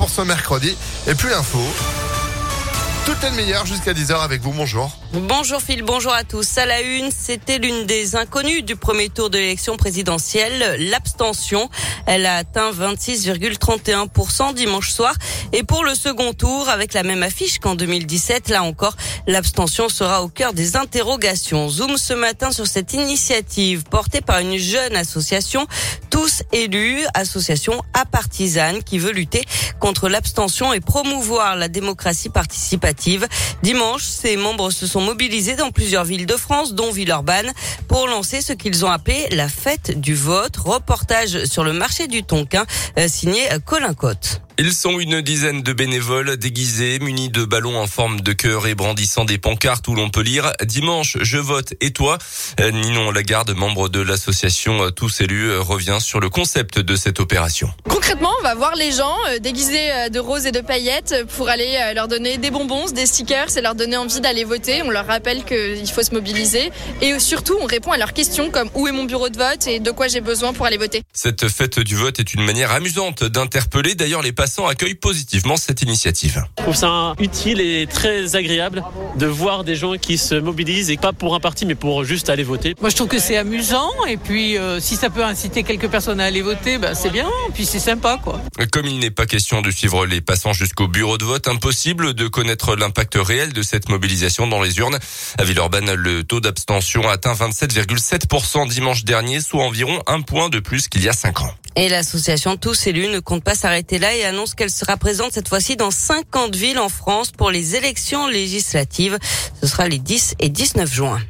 pour ce mercredi. Et puis l'info. Tout est le meilleur jusqu'à 10h avec vous. Bonjour. Bonjour Phil, bonjour à tous. À la une, c'était l'une des inconnues du premier tour de l'élection présidentielle, l'abstention. Elle a atteint 26,31% dimanche soir. Et pour le second tour, avec la même affiche qu'en 2017, là encore, l'abstention sera au cœur des interrogations. Zoom ce matin sur cette initiative portée par une jeune association, Tous élus, association apartisane qui veut lutter contre l'abstention et promouvoir la démocratie participative. Dimanche, ses membres se sont mobilisés dans plusieurs villes de France, dont Villeurbanne, pour lancer ce qu'ils ont appelé la fête du vote. Reportage sur le marché du Tonkin, signé Colin Cotte. Ils sont une dizaine de bénévoles déguisés, munis de ballons en forme de cœur et brandissant des pancartes où l'on peut lire « Dimanche, je vote et toi ». Ninon Lagarde, membre de l'association Tous élus, revient sur le concept de cette opération. Concrètement, on va voir les gens déguisés de roses et de paillettes pour aller leur donner des bonbons, des stickers et leur donner envie d'aller voter. On leur rappelle qu'il faut se mobiliser et surtout on répond à leurs questions comme où est mon bureau de vote et de quoi j'ai besoin pour aller voter. Cette fête du vote est une manière amusante d'interpeller d'ailleurs les passants accueillent positivement cette initiative. Je trouve ça utile et très agréable de voir des gens qui se mobilisent et pas pour un parti mais pour juste aller voter. Moi je trouve que c'est amusant et puis si ça peut inciter quelques personnes à aller voter, c'est bien, puis c'est sympa quoi. Comme il n'est pas question de suivre les passants jusqu'au bureau de vote, impossible de connaître l'impact réel de cette mobilisation dans les urnes. À Villeurbanne, le taux d'abstention a atteint 27,7% dimanche dernier, soit environ 1 point de plus qu'il y a 5 ans. Et l'association Tous élus ne compte pas s'arrêter là et annonce qu'elle sera présente cette fois-ci dans 50 villes en France pour les élections législatives. Ce sera les 10 et 19 juin.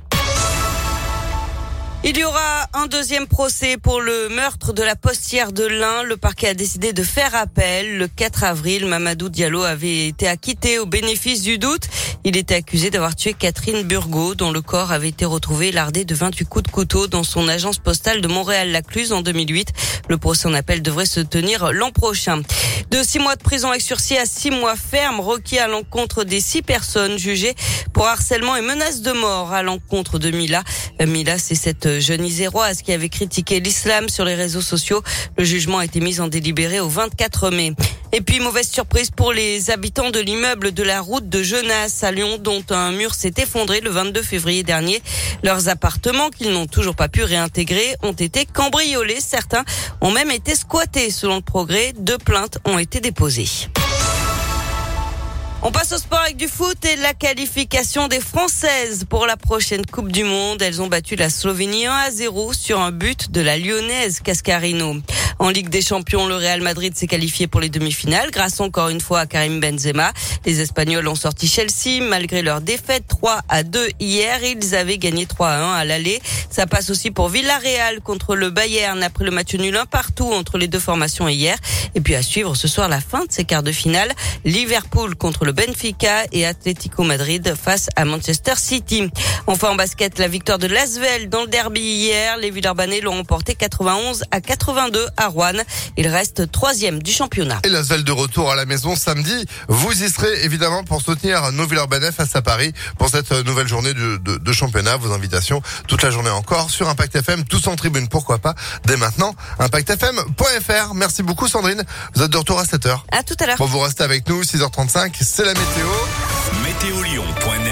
Il y aura un deuxième procès pour le meurtre de la postière de l'Ain. Le parquet a décidé de faire appel. Le 4 avril, Mamadou Diallo avait été acquitté au bénéfice du doute. Il était accusé d'avoir tué Catherine Burgot, dont le corps avait été retrouvé lardé de 28 coups de couteau dans son agence postale de Montréal-Lacluse en 2008. Le procès en appel devrait se tenir l'an prochain. De 6 mois de prison avec sursis à 6 mois ferme requis à l'encontre des 6 personnes jugées pour harcèlement et menace de mort à l'encontre de Mila. Mila, c'est cette jeune iséroise qui avait critiqué l'islam sur les réseaux sociaux. Le jugement a été mis en délibéré au 24 mai. Et puis, mauvaise surprise pour les habitants de l'immeuble de la route de Genasse à Lyon, dont un mur s'est effondré le 22 février dernier. Leurs appartements, qu'ils n'ont toujours pas pu réintégrer, ont été cambriolés. Certains ont même été squattés, selon le Progrès. 2 plaintes ont été déposées. On passe au sport avec du foot et la qualification des Françaises pour la prochaine Coupe du Monde. Elles ont battu la Slovénie 1-0 sur un but de la Lyonnaise Cascarino. En Ligue des Champions, le Real Madrid s'est qualifié pour les demi-finales grâce encore une fois à Karim Benzema. Les Espagnols ont sorti Chelsea malgré leur défaite 3-2 hier. Ils avaient gagné 3-1 à l'aller. Ça passe aussi pour Villarreal contre le Bayern après le match nul 1-1 entre les deux formations hier. Et puis à suivre ce soir la fin de ces quarts de finale. Liverpool contre le Benfica et Atlético Madrid face à Manchester City. Enfin en basket, la victoire de l'Asvel dans le derby hier. Les Villeurbanais l'ont remporté 91-82 à Rouen. Il reste 3e du championnat. Et l'Asvel de retour à la maison samedi. Vous y serez évidemment pour soutenir nos Villeurbanais face à Paris pour cette nouvelle journée de championnat. Vos invitations toute la journée encore sur Impact FM, tous en tribune, pourquoi pas, dès maintenant. ImpactFM.fr. Merci beaucoup Sandrine. Vous êtes de retour à 7h. À tout à l'heure. Bon, vous restez avec nous, 6h35, c'est la météo. Météolion.net